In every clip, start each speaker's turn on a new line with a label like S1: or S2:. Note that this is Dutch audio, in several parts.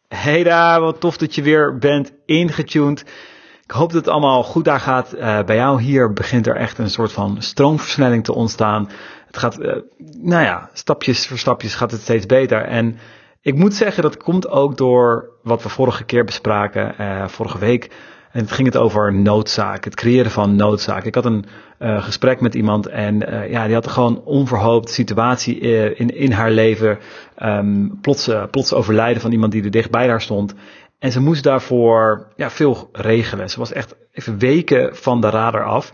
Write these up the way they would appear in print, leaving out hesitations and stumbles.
S1: Hey daar, wat tof dat je weer bent ingetuned. Ik hoop dat het allemaal goed daar gaat. Bij jou hier begint er echt een soort van stroomversnelling te ontstaan. Het gaat, stapjes voor stapjes gaat het steeds beter. En ik moet zeggen, dat komt ook door wat we vorige keer bespraken, vorige week. En het ging het over noodzaak, het creëren van noodzaak. Ik had een gesprek met iemand en die had gewoon onverhoopt situatie in haar leven. Plots overlijden van iemand die er dicht bij haar stond. En ze moest daarvoor veel regelen. Ze was echt even weken van de radar af.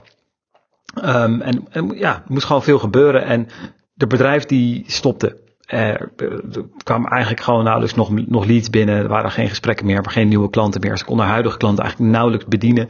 S1: Er moest gewoon veel gebeuren. En de bedrijf die stopte. Er kwam eigenlijk gewoon nauwelijks nog leads binnen. Er waren geen gesprekken meer, geen nieuwe klanten meer. Ze kon haar huidige klanten eigenlijk nauwelijks bedienen.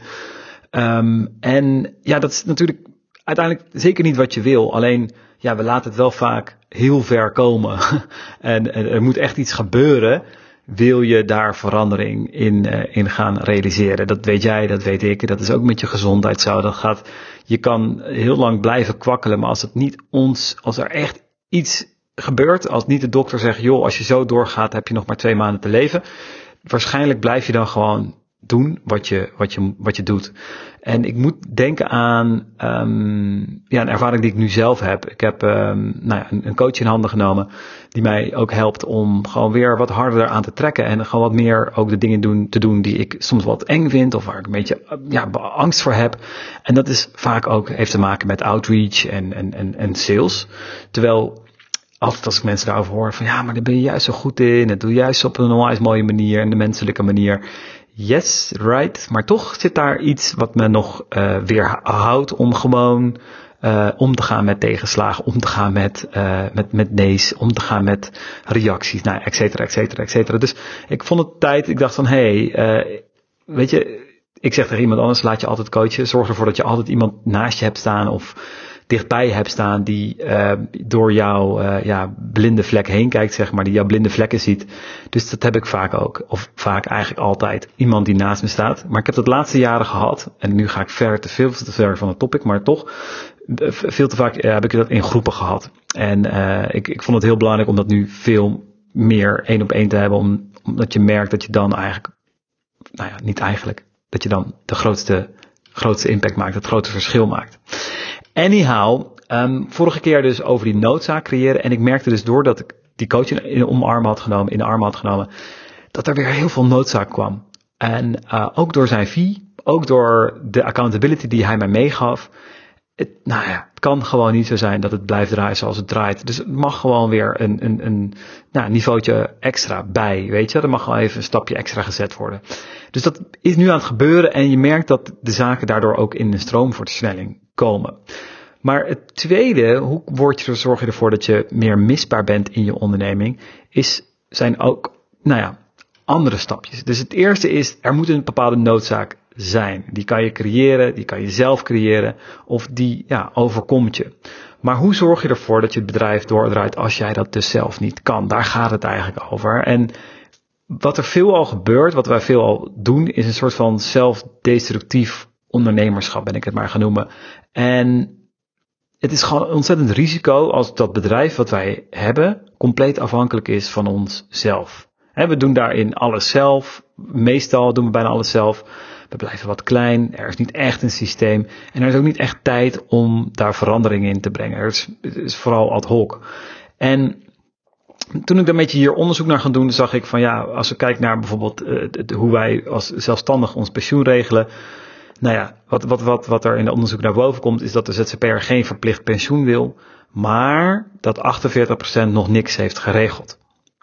S1: Dat is natuurlijk uiteindelijk zeker niet wat je wil. Alleen, we laten het wel vaak heel ver komen. en er moet echt iets gebeuren. Wil je daar verandering in gaan realiseren? Dat weet jij, dat weet ik. Dat is ook met je gezondheid zo. Je kan heel lang blijven kwakkelen, maar als er echt iets gebeurt, als niet de dokter zegt, joh, als je zo doorgaat, heb je nog maar 2 maanden te leven. Waarschijnlijk blijf je dan gewoon doen wat je doet. En ik moet denken aan een ervaring die ik nu zelf heb. Ik heb een coach in handen genomen die mij ook helpt om gewoon weer wat harder eraan te trekken en gewoon wat meer ook de dingen te doen die ik soms wat eng vind of waar ik een beetje angst voor heb. En dat is vaak ook heeft te maken met outreach en sales. Terwijl altijd als ik mensen daarover hoor van maar daar ben je juist zo goed in. Dat doe je juist op een onwijs mooie manier en de menselijke manier. Yes, right. Maar toch zit daar iets wat me nog weerhoudt om gewoon om te gaan met tegenslagen, om te gaan met nee's, om te gaan met reacties, et cetera, et cetera, et cetera. Dus ik vond het tijd, ik dacht van weet je, ik zeg tegen iemand anders, laat je altijd coachen. Zorg ervoor dat je altijd iemand naast je hebt staan of dichtbij hebt staan die door jouw blinde vlek heen kijkt, zeg maar, die jouw blinde vlekken ziet. Dus dat heb ik vaak ook, of vaak eigenlijk altijd, iemand die naast me staat. Maar ik heb dat de laatste jaren gehad, en nu ga ik veel te ver van het topic, maar toch, veel te vaak heb ik dat in groepen gehad. En ik vond het heel belangrijk om dat nu veel meer 1-op-1 te hebben, omdat je merkt dat je dan eigenlijk, dat je dan de grootste impact maakt, het grote verschil maakt. Anyhow, vorige keer dus over die noodzaak creëren. En ik merkte dus doordat ik die coach in de armen had genomen, dat er weer heel veel noodzaak kwam. En ook door zijn fee, ook door de accountability die hij mij meegaf. Het kan gewoon niet zo zijn dat het blijft draaien zoals het draait. Dus het mag gewoon weer een niveautje extra bij, weet je. Er mag gewoon even een stapje extra gezet worden. Dus dat is nu aan het gebeuren en je merkt dat de zaken daardoor ook in een stroomversnelling komen. Maar het tweede, hoe zorg je ervoor dat je meer misbaar bent in je onderneming, zijn ook, andere stapjes. Dus het eerste is, er moet een bepaalde noodzaak zijn. Die kan je creëren, die kan je zelf creëren, of die overkomt je. Maar hoe zorg je ervoor dat je het bedrijf doordraait als jij dat dus zelf niet kan? Daar gaat het eigenlijk over. En wat er veelal gebeurt, wat wij veelal doen, is een soort van zelfdestructief ondernemerschap, ben ik het maar gaan noemen. En het is gewoon een ontzettend risico als dat bedrijf wat wij hebben compleet afhankelijk is van onszelf. We doen daarin alles zelf. Meestal doen we bijna alles zelf. We blijven wat klein. Er is niet echt een systeem. En er is ook niet echt tijd om daar verandering in te brengen. Het is vooral ad hoc. En toen ik een beetje hier onderzoek naar ga doen, zag ik van als we kijken naar bijvoorbeeld hoe wij als zelfstandig ons pensioen regelen. Wat er in het onderzoek naar boven komt, is dat de ZZP'er geen verplicht pensioen wil, maar dat 48% nog niks heeft geregeld.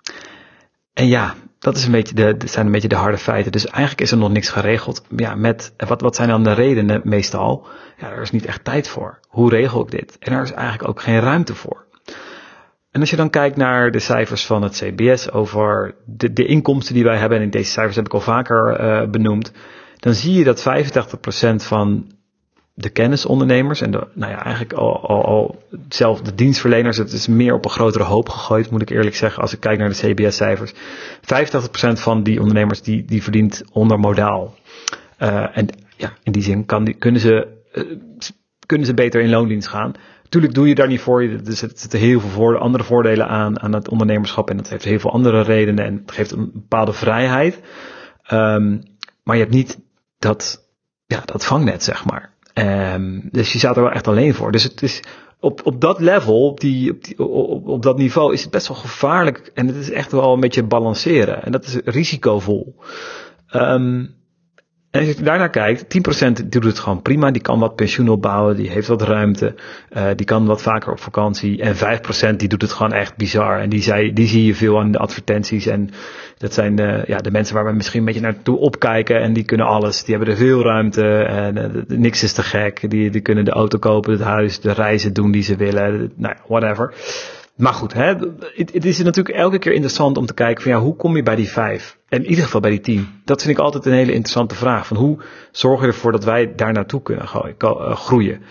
S1: En dat is zijn een beetje de harde feiten. Dus eigenlijk is er nog niks geregeld. Wat zijn dan de redenen meestal? Er is niet echt tijd voor. Hoe regel ik dit? En er is eigenlijk ook geen ruimte voor. En als je dan kijkt naar de cijfers van het CBS over de inkomsten die wij hebben, en deze cijfers heb ik al vaker benoemd, dan zie je dat 85% van de kennisondernemers en eigenlijk al zelf de dienstverleners, het is meer op een grotere hoop gegooid, moet ik eerlijk zeggen, als ik kijk naar de CBS-cijfers. 85% van die ondernemers die verdient onder modaal. In die zin kunnen ze beter in loondienst gaan. Natuurlijk doe je daar niet voor. Er zitten heel veel andere voordelen aan het ondernemerschap. En dat heeft heel veel andere redenen. En het geeft een bepaalde vrijheid. Maar je hebt niet dat vangnet, zeg maar. Dus je staat er wel echt alleen voor. Dus het is op dat level, op dat niveau, is het best wel gevaarlijk. En het is echt wel een beetje balanceren. En dat is risicovol. En als je daarnaar kijkt, 10% doet het gewoon prima. Die kan wat pensioen opbouwen, die heeft wat ruimte. Die kan wat vaker op vakantie. En 5% die doet het gewoon echt bizar. En die zie je veel aan de advertenties. En dat zijn de mensen waar we misschien een beetje naartoe opkijken. En die kunnen alles. Die hebben er veel ruimte. En niks is te gek. Die kunnen de auto kopen, het huis, de reizen doen die ze willen. Nou, whatever. Maar goed, het is natuurlijk elke keer interessant om te kijken van hoe kom je bij die 5? En in ieder geval bij die 10. Dat vind ik altijd een hele interessante vraag. Van hoe zorg je ervoor dat wij daar naartoe kunnen groeien?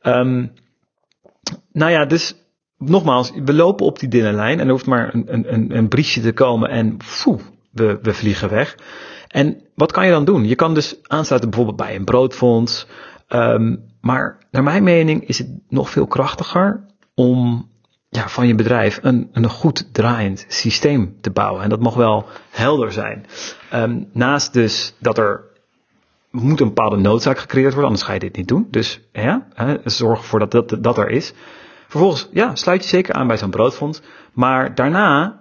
S1: Dus nogmaals, we lopen op die dunne lijn en er hoeft maar een briesje te komen en we vliegen weg. En wat kan je dan doen? Je kan dus aansluiten bijvoorbeeld bij een broodfonds. Maar naar mijn mening is het nog veel krachtiger om van je bedrijf een goed draaiend systeem te bouwen. En dat mag wel helder zijn. Naast dus dat er moet een bepaalde noodzaak gecreëerd worden, anders ga je dit niet doen. Dus zorg ervoor dat er is. Vervolgens, sluit je zeker aan bij zo'n broodfonds. Maar daarna,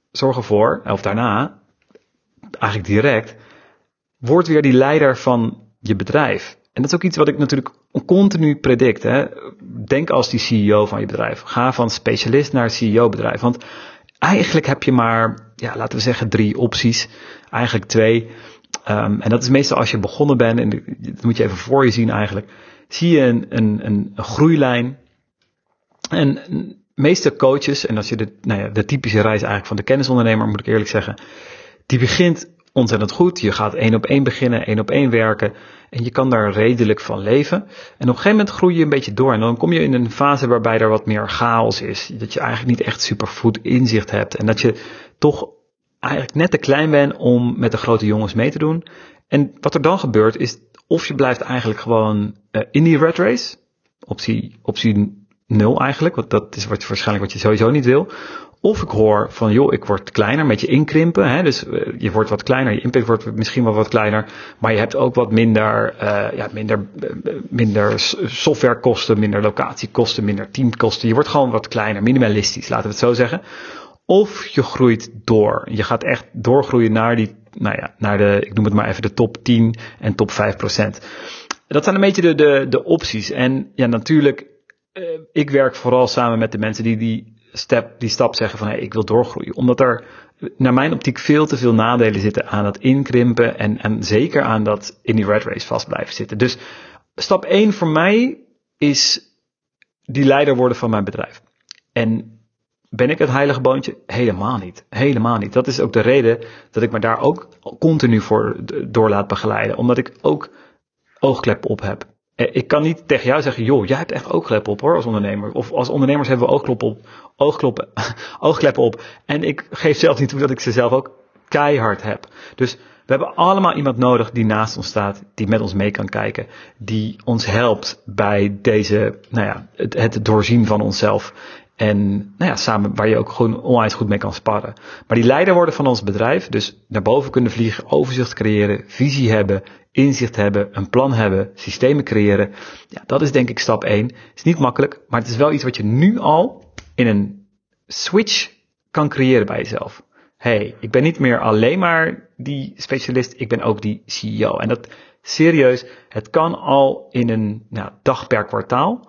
S1: eigenlijk direct, word weer die leider van je bedrijf. En dat is ook iets wat ik natuurlijk continu predict. Hè. Denk als die CEO van je bedrijf. Ga van specialist naar CEO-bedrijf. Want eigenlijk heb je maar, laten we zeggen 3 opties. Eigenlijk 2. En dat is meestal als je begonnen bent. En dat moet je even voor je zien eigenlijk. Zie je een groeilijn. En de meeste coaches, en als je de typische reis eigenlijk van de kennisondernemer, moet ik eerlijk zeggen. Die begint ontzettend goed. Je gaat 1-op-1 beginnen, 1-op-1 werken. En je kan daar redelijk van leven. En op een gegeven moment groei je een beetje door. En dan kom je in een fase waarbij er wat meer chaos is. Dat je eigenlijk niet echt super goed inzicht hebt. En dat je toch eigenlijk net te klein bent om met de grote jongens mee te doen. En wat er dan gebeurt is, of je blijft eigenlijk gewoon in die rat race. Optie 0 eigenlijk. Want dat is waarschijnlijk wat je sowieso niet wil. Of ik hoor van, ik word kleiner, een beetje inkrimpen. Hè? Dus je wordt wat kleiner, je impact wordt misschien wel wat kleiner. Maar je hebt ook wat minder softwarekosten, minder locatiekosten, minder teamkosten. Je wordt gewoon wat kleiner, minimalistisch, laten we het zo zeggen. Of je groeit door. Je gaat echt doorgroeien naar ik noem het maar even de top 10 en top 5%. Dat zijn een beetje de opties. En natuurlijk, ik werk vooral samen met de mensen die stap zeggen van ik wil doorgroeien. Omdat er naar mijn optiek veel te veel nadelen zitten aan het inkrimpen en zeker aan dat in die rat race vast blijven zitten. Dus stap 1 voor mij is die leider worden van mijn bedrijf. En ben ik het heilige boontje? Helemaal niet. Helemaal niet. Dat is ook de reden dat ik me daar ook continu voor door laat begeleiden. Omdat ik ook oogkleppen op heb. Ik kan niet tegen jou zeggen, jij hebt echt oogkleppen op hoor, als ondernemer. Of als ondernemers hebben we oogkleppen op. En ik geef zelf niet toe dat ik ze zelf ook keihard heb. Dus we hebben allemaal iemand nodig die naast ons staat, die met ons mee kan kijken. Die ons helpt bij deze, het doorzien van onszelf. En samen waar je ook gewoon onwijs goed mee kan sparren. Maar die leider worden van ons bedrijf, dus naar boven kunnen vliegen, overzicht creëren, visie hebben, inzicht hebben, een plan hebben, systemen creëren. Dat is denk ik stap 1. Het is niet makkelijk, maar het is wel iets wat je nu al in een switch kan creëren bij jezelf. Ik ben niet meer alleen maar die specialist, ik ben ook die CEO. En dat serieus, het kan al in een dag per kwartaal.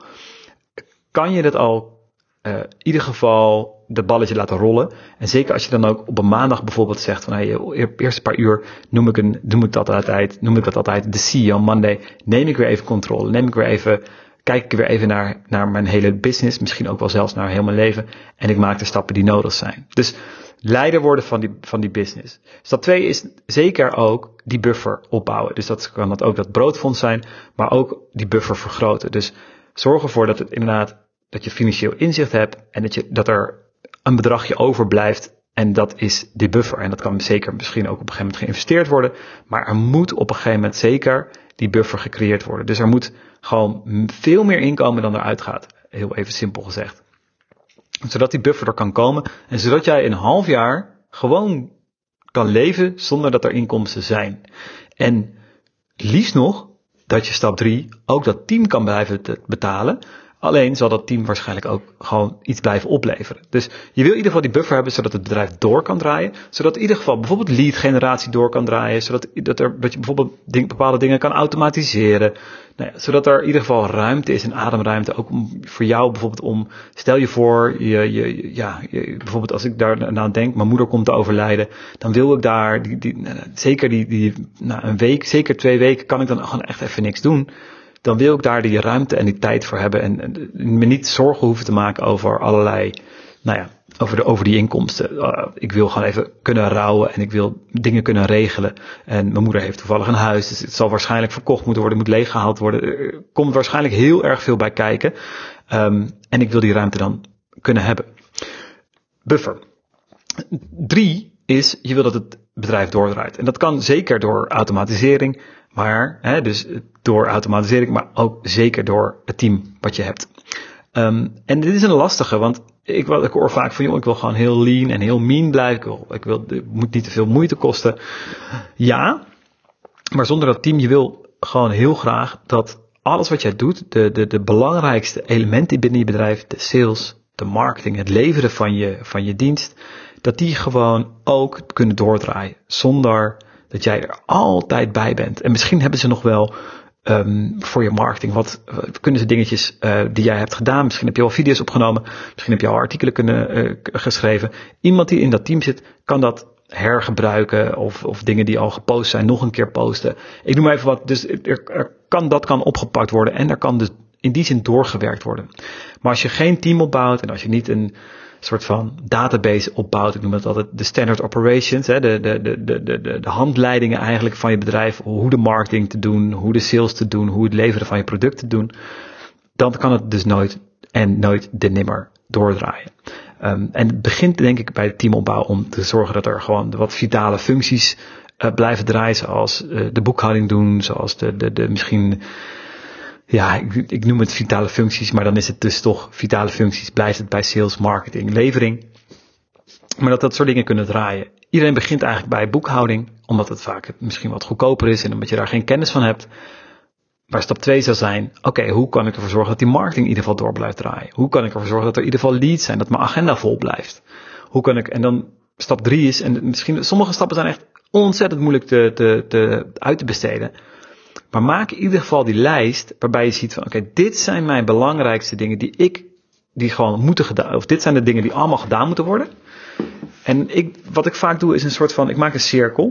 S1: Kan je dat al in ieder geval dat balletje laten rollen. En zeker als je dan ook op een maandag bijvoorbeeld zegt van eerste paar uur noem ik dat altijd de CEO Monday. Neem ik weer even controle. Kijk ik weer even naar mijn hele business. Misschien ook wel zelfs naar heel mijn leven. En ik maak de stappen die nodig zijn. Dus leider worden van die business. Stap 2 is zeker ook die buffer opbouwen. Dus dat kan ook dat broodfonds zijn. Maar ook die buffer vergroten. Dus zorg ervoor dat het inderdaad dat je financieel inzicht hebt en dat er een bedragje overblijft en dat is die buffer. En dat kan zeker misschien ook op een gegeven moment geïnvesteerd worden, maar er moet op een gegeven moment zeker die buffer gecreëerd worden. Dus er moet gewoon veel meer inkomen dan eruit gaat. heel even simpel gezegd. Zodat die buffer er kan komen en zodat jij een half jaar gewoon kan leven zonder dat er inkomsten zijn. En liefst nog dat je stap 3 ook dat team kan blijven betalen. Alleen zal dat team waarschijnlijk ook gewoon iets blijven opleveren. Dus je wil in ieder geval die buffer hebben zodat het bedrijf door kan draaien. Zodat in ieder geval bijvoorbeeld lead generatie door kan draaien. Zodat dat je bijvoorbeeld bepaalde dingen kan automatiseren. Nou ja, zodat er in ieder geval ruimte is en ademruimte. Ook voor jou bijvoorbeeld om, stel je voor, bijvoorbeeld als ik daar aan denk, mijn moeder komt te overlijden. Dan wil ik daar, zeker een week, zeker 2 weken kan ik dan gewoon echt even niks doen. Dan wil ik daar die ruimte en die tijd voor hebben en me niet zorgen hoeven te maken over allerlei, over die inkomsten. Ik wil gewoon even kunnen rouwen en ik wil dingen kunnen regelen. En mijn moeder heeft toevallig een huis, dus het zal waarschijnlijk verkocht moeten worden, moet leeggehaald worden. Er komt waarschijnlijk heel erg veel bij kijken. En ik wil die ruimte dan kunnen hebben. Buffer. 3 is, je wil dat het bedrijf doordraait. En dat kan zeker door automatisering, maar maar ook zeker door het team wat je hebt. En dit is een lastige, want ik hoor vaak van, ik wil gewoon heel lean en heel mean blijven. Het moet niet te veel moeite kosten. Ja, maar zonder dat team, je wil gewoon heel graag dat alles wat jij doet, de belangrijkste elementen binnen je bedrijf, de sales, de marketing, het leveren van je dienst, dat die gewoon ook kunnen doordraaien. Zonder dat jij er altijd bij bent. En misschien hebben ze nog wel voor je marketing kunnen ze dingetjes die jij hebt gedaan. Misschien heb je al video's opgenomen. Misschien heb je al artikelen geschreven. Iemand die in dat team zit, kan dat hergebruiken of dingen die al gepost zijn nog een keer posten. Ik noem maar even wat. Dus dat kan opgepakt worden en er kan dus in die zin doorgewerkt worden. Maar als je geen team opbouwt en als je niet een soort van database opbouwt, ik noem het altijd de standard operations, de handleidingen eigenlijk van je bedrijf, hoe de marketing te doen, hoe de sales te doen, hoe het leveren van je product te doen, dan kan het dus nooit de nimmer doordraaien. En het begint denk ik bij het teamopbouw om te zorgen dat er gewoon wat vitale functies blijven draaien, zoals de boekhouding doen, zoals de misschien, ja, ik noem het vitale functies, maar dan is het dus toch vitale functies, blijft het bij sales, marketing, levering. Maar dat soort dingen kunnen draaien. Iedereen begint eigenlijk bij boekhouding, omdat het vaak misschien wat goedkoper is en omdat je daar geen kennis van hebt. Maar stap 2 zou zijn, oké, hoe kan ik ervoor zorgen dat die marketing in ieder geval door blijft draaien? Hoe kan ik ervoor zorgen dat er in ieder geval leads zijn, dat mijn agenda vol blijft? En dan stap 3 is, en misschien sommige stappen zijn echt ontzettend moeilijk uit te besteden. Maar maak in ieder geval die lijst waarbij je ziet van, oké, dit zijn mijn belangrijkste dingen die gewoon moeten gedaan, of dit zijn de dingen die allemaal gedaan moeten worden. En wat ik vaak doe is een soort van, ik maak een cirkel.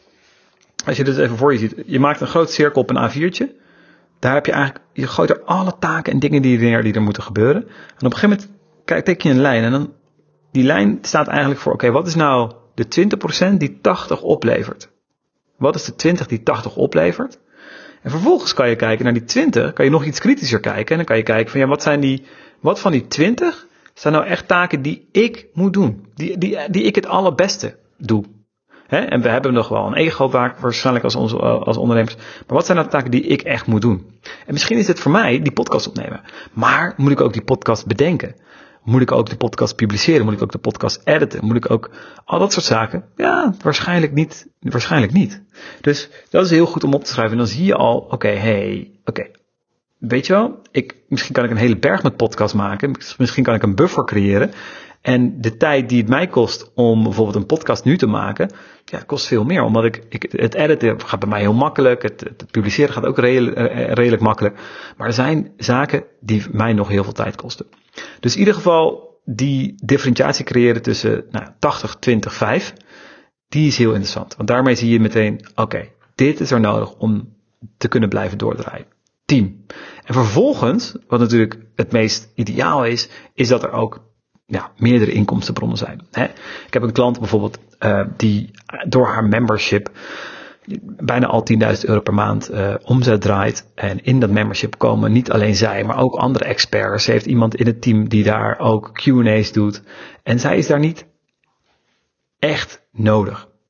S1: Als je dit even voor je ziet, je maakt een groot cirkel op een A4'tje. Daar heb je eigenlijk, je gooit er alle taken en dingen die er moeten gebeuren. En op een gegeven moment teken je een lijn. En dan, die lijn staat eigenlijk voor, oké, wat is nou de 20% die 80 oplevert? Wat is de 20 die 80 oplevert? En vervolgens kan je kijken naar die 20, kan je nog iets kritischer kijken. En dan kan je kijken van, ja, wat van die 20 zijn nou echt taken die ik moet doen? Die ik het allerbeste doe. En we hebben nog wel een ego vaak waarschijnlijk als ondernemers. Maar wat zijn nou de taken die ik echt moet doen? En misschien is het voor mij die podcast opnemen. Maar moet ik ook die podcast bedenken? Moet ik ook de podcast publiceren? Moet ik ook de podcast editen? Moet ik ook al dat soort zaken? Ja, waarschijnlijk niet. Dus dat is heel goed om op te schrijven. En dan zie je al, oké. Weet je wel, misschien kan ik een hele berg met podcast maken. Misschien kan ik een buffer creëren. En de tijd die het mij kost om bijvoorbeeld een podcast nu te maken, ja, kost veel meer. Omdat het editen gaat bij mij heel makkelijk. Het publiceren gaat ook redelijk makkelijk. Maar er zijn zaken die mij nog heel veel tijd kosten. Dus in ieder geval die differentiatie creëren tussen 80, 20, 5. Die is heel interessant. Want daarmee zie je meteen, oké, dit is er nodig om te kunnen blijven doordraaien. Team. En vervolgens, wat natuurlijk het meest ideaal is dat er ook meerdere inkomstenbronnen zijn. Ik heb een klant bijvoorbeeld die door haar membership bijna al €10.000 per maand omzet draait. En in dat membership komen niet alleen zij, maar ook andere experts. Ze heeft iemand in het team die daar ook Q&A's doet. En zij is daar niet echt nodig.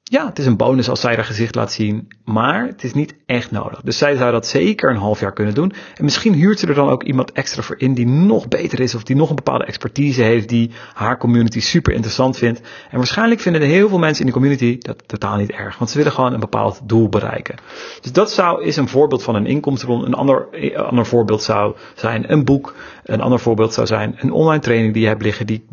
S1: ja, het is een bonus als zij haar gezicht laat zien, maar het is niet echt nodig. Dus zij zou dat zeker een half jaar kunnen doen. En misschien huurt ze er dan ook iemand extra voor in die nog beter is of die nog een bepaalde expertise heeft die haar community super interessant vindt. En waarschijnlijk vinden er heel veel mensen in de community dat totaal niet erg, want ze willen gewoon een bepaald doel bereiken. Dus dat is een voorbeeld van een inkomstenbron. Een ander voorbeeld zou zijn een boek. Een ander voorbeeld zou zijn een online training die je hebt liggen die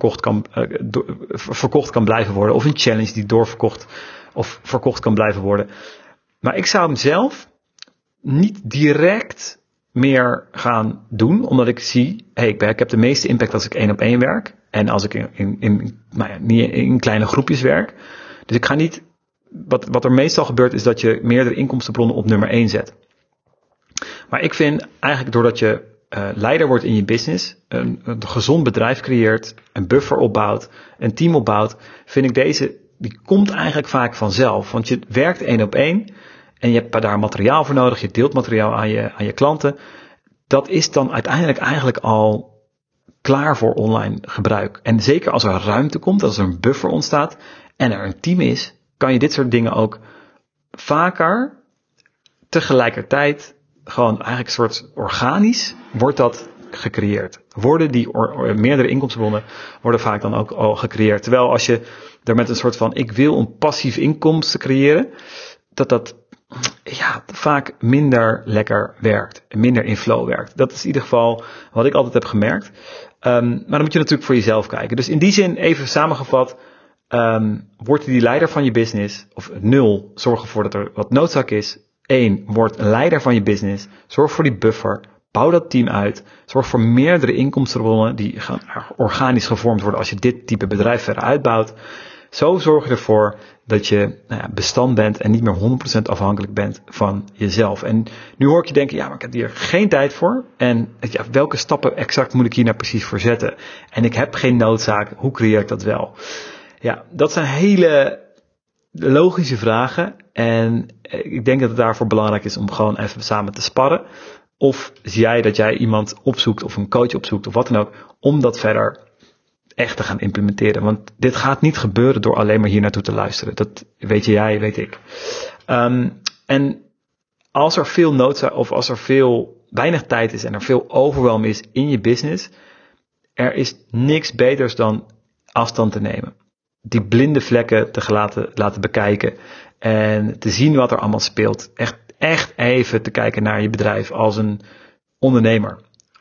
S1: verkocht kan blijven worden. Of een challenge die verkocht kan blijven worden. Maar ik zou hem zelf niet direct meer gaan doen. Omdat ik zie, ik heb de meeste impact als ik 1-op-1 werk. En als ik in kleine groepjes werk. Dus ik ga niet, wat er meestal gebeurt is dat je meerdere inkomstenbronnen op nummer 1 zet. Maar ik vind eigenlijk doordat je leider wordt in je business, een gezond bedrijf creëert, een buffer opbouwt, een team opbouwt, vind ik die komt eigenlijk vaak vanzelf. Want je werkt 1-op-1 en je hebt daar materiaal voor nodig, je deelt materiaal aan je klanten. Dat is dan uiteindelijk eigenlijk al klaar voor online gebruik. En zeker als er ruimte komt, als er een buffer ontstaat en er een team is, kan je dit soort dingen ook vaker tegelijkertijd gewoon eigenlijk een soort organisch wordt dat gecreëerd. Worden die meerdere inkomstenbronnen worden vaak dan ook al gecreëerd. Terwijl als je er met een soort van ik wil een passief inkomsten creëren, dat vaak minder lekker werkt. Minder in flow werkt. Dat is in ieder geval wat ik altijd heb gemerkt. Maar dan moet je natuurlijk voor jezelf kijken. Dus in die zin even samengevat, word die leider van je business. Of 0, zorg ervoor dat er wat noodzaak is. 1, word leider van je business. Zorg voor die buffer. Bouw dat team uit. Zorg voor meerdere inkomstenbronnen die gaan organisch gevormd worden als je dit type bedrijf verder uitbouwt. Zo zorg je ervoor dat je bestand bent en niet meer 100% afhankelijk bent van jezelf. En nu hoor ik je denken, maar ik heb hier geen tijd voor. En welke stappen exact moet ik hier nou precies voor zetten? En ik heb geen noodzaak. Hoe creëer ik dat wel? Ja, dat zijn hele logische vragen. En ik denk dat het daarvoor belangrijk is om gewoon even samen te sparren. Of zie jij dat jij iemand opzoekt of een coach opzoekt of wat dan ook, om dat verder echt te gaan implementeren. Want dit gaat niet gebeuren door alleen maar hier naartoe te luisteren. Dat weet jij, weet ik. En als er veel noodzaak of als er weinig tijd is en er veel overwhelm is in je business, er is niks beters dan afstand te nemen. Die blinde vlekken te laten bekijken en te zien wat er allemaal speelt. Echt even te kijken naar je bedrijf als een ondernemer.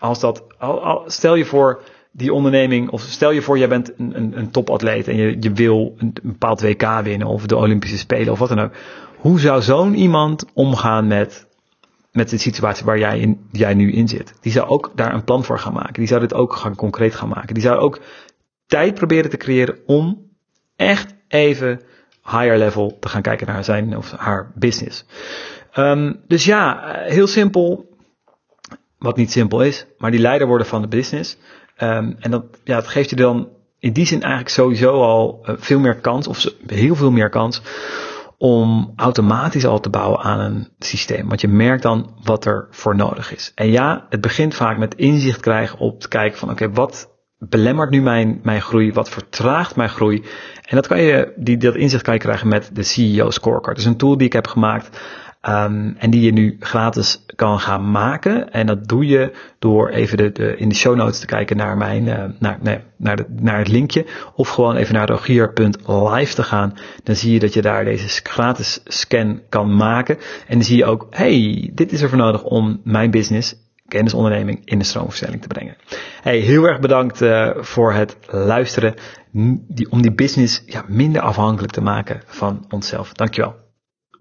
S1: Stel je voor die onderneming, of stel je voor jij bent een topatleet en je wil een bepaald WK winnen of de Olympische Spelen of wat dan ook. Hoe zou zo'n iemand omgaan met de situatie waar jij nu in zit? Die zou ook daar een plan voor gaan maken. Die zou dit ook concreet gaan maken. Die zou ook tijd proberen te creëren om echt even higher level te gaan kijken naar zijn of haar business. Dus heel simpel. Wat niet simpel is, maar die leider worden van de business. En dat geeft je dan in die zin eigenlijk sowieso al veel meer kans, of heel veel meer kans, om automatisch al te bouwen aan een systeem. Want je merkt dan wat er voor nodig is. En het begint vaak met inzicht krijgen op te kijken van oké, wat belemmert nu mijn groei? Wat vertraagt mijn groei? En dat inzicht kan je krijgen met de CEO Scorecard. Dus een tool die ik heb gemaakt. En die je nu gratis kan gaan maken. En dat doe je door even in de show notes te kijken naar naar het linkje. Of gewoon even naar rogier.live te gaan. Dan zie je dat je daar deze gratis scan kan maken. En dan zie je ook, dit is er voor nodig om mijn business, kennisonderneming, in de stroomversnelling te brengen. Heel erg bedankt voor het luisteren. Om die business minder afhankelijk te maken van onszelf. Dankjewel.